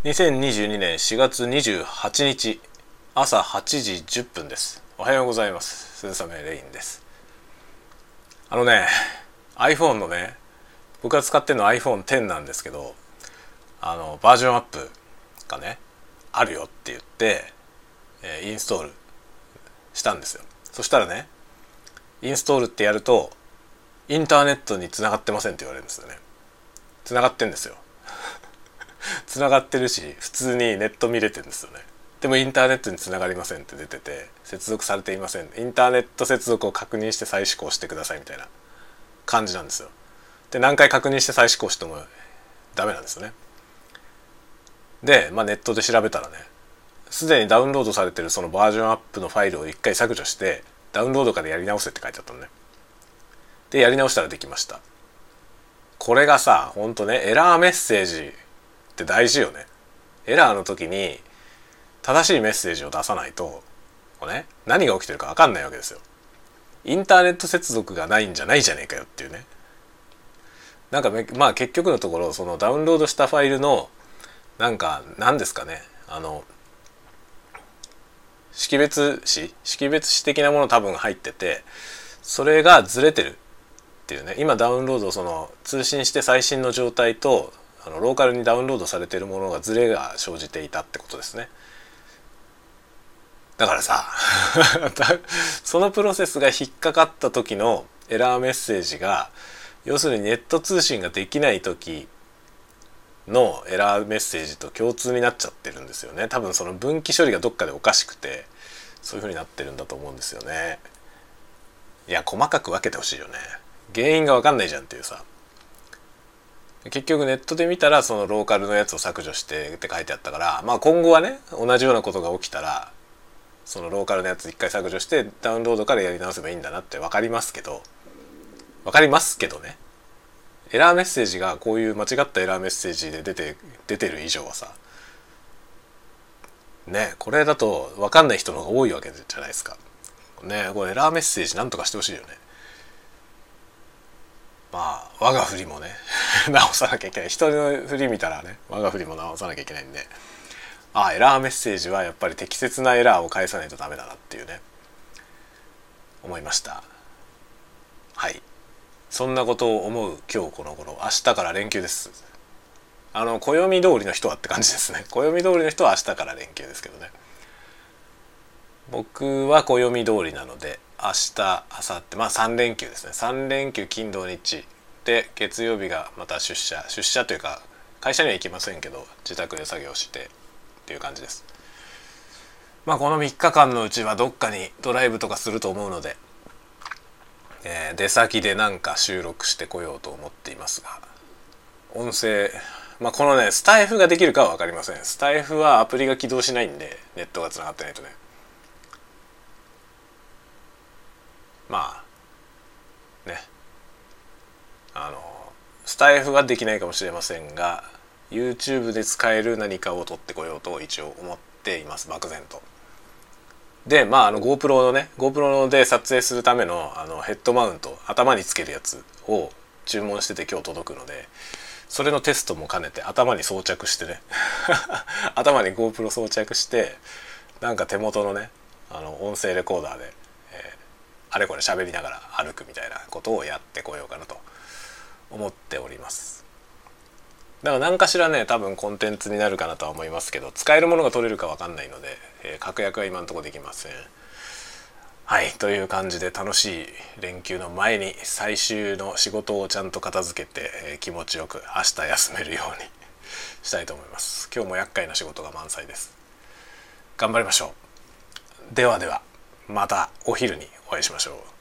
2022年4月28日朝8時10分です。おはようございます。鈴雨レインです。iPhone のね、僕が使ってるのは iPhone X なんですけど、バージョンアップがねあるよって言って、インストールしたんですよ。そしたらね、インストールってやるとインターネットに繋がってませんって言われるんですよね。繋がってんですよ。繋がってるし、普通にネット見れてるんですよね。でもインターネットに繋がりませんって出てて、接続されていません、インターネット接続を確認して再試行してくださいみたいな感じなんですよ。で、何回確認して再試行してもダメなんですよね。で、ネットで調べたらね、すでにダウンロードされてるそのバージョンアップのファイルを一回削除してダウンロードからやり直せって書いてあったのね。で、やり直したらできました。これがさ、ほんとね、エラーメッセージって大事よね。エラーの時に正しいメッセージを出さないと、何が起きてるか分かんないわけですよ。インターネット接続がないんじゃないじゃねえかよっていうね。結局のところ、そのダウンロードしたファイルの何ですかね、識別子的なもの多分入ってて、それがずれてるっていうね。今ダウンロード、その通信して最新の状態とローカルにダウンロードされているものがズレが生じていたってことですね。だからさそのプロセスが引っかかった時のエラーメッセージが、要するにネット通信ができない時のエラーメッセージと共通になっちゃってるんですよね。多分その分岐処理がどっかでおかしくて、そういう風になってるんだと思うんですよね。いや、細かく分けてほしいよね。原因が分かんないじゃんっていうさ。結局ネットで見たらそのローカルのやつを削除してって書いてあったから、今後はね、同じようなことが起きたらそのローカルのやつ一回削除してダウンロードからやり直せばいいんだなって分かりますけどね、エラーメッセージがこういう間違ったエラーメッセージで出てる以上はさね、これだと分かんない人の方が多いわけじゃないですかね。これエラーメッセージなんとかしてほしいよね。我が振りもね直さなきゃいけない。人の振り見たらね、我が振りも直さなきゃいけないんで、エラーメッセージはやっぱり適切なエラーを返さないとダメだなっていうね、思いました。はい、そんなことを思う今日この頃。明日から連休です。暦通りの人はって感じですね。暦通りの人は明日から連休ですけどね。僕は暦通りなので、明日明後日3連休ですね。3連休金土日で、月曜日がまた出社というか、会社には行きませんけど自宅で作業してっていう感じです。この3日間のうちはどっかにドライブとかすると思うので、出先で収録してこようと思っていますが、音声このね、スタイフができるかは分かりません。スタイフはアプリが起動しないんで、ネットがつながってないとね。スタイフはできないかもしれませんが、 YouTube で使える何かを取ってこようと一応思っています、漠然と。でGoPro で撮影するためのヘッドマウント、頭につけるやつを注文してて今日届くので、それのテストも兼ねて頭に装着してね頭に GoPro 装着して、手元のね音声レコーダーで、あれこれ喋りながら歩くみたいなことをやってこようかなと思っております。だから何かしらね、多分コンテンツになるかなとは思いますけど、使えるものが取れるか分かんないので、確約は今のところできません。はい、という感じで、楽しい連休の前に最終の仕事をちゃんと片付けて、気持ちよく明日休めるようにしたいと思います。今日も厄介な仕事が満載です。頑張りましょう。ではでは、またお昼にお会いしましょう。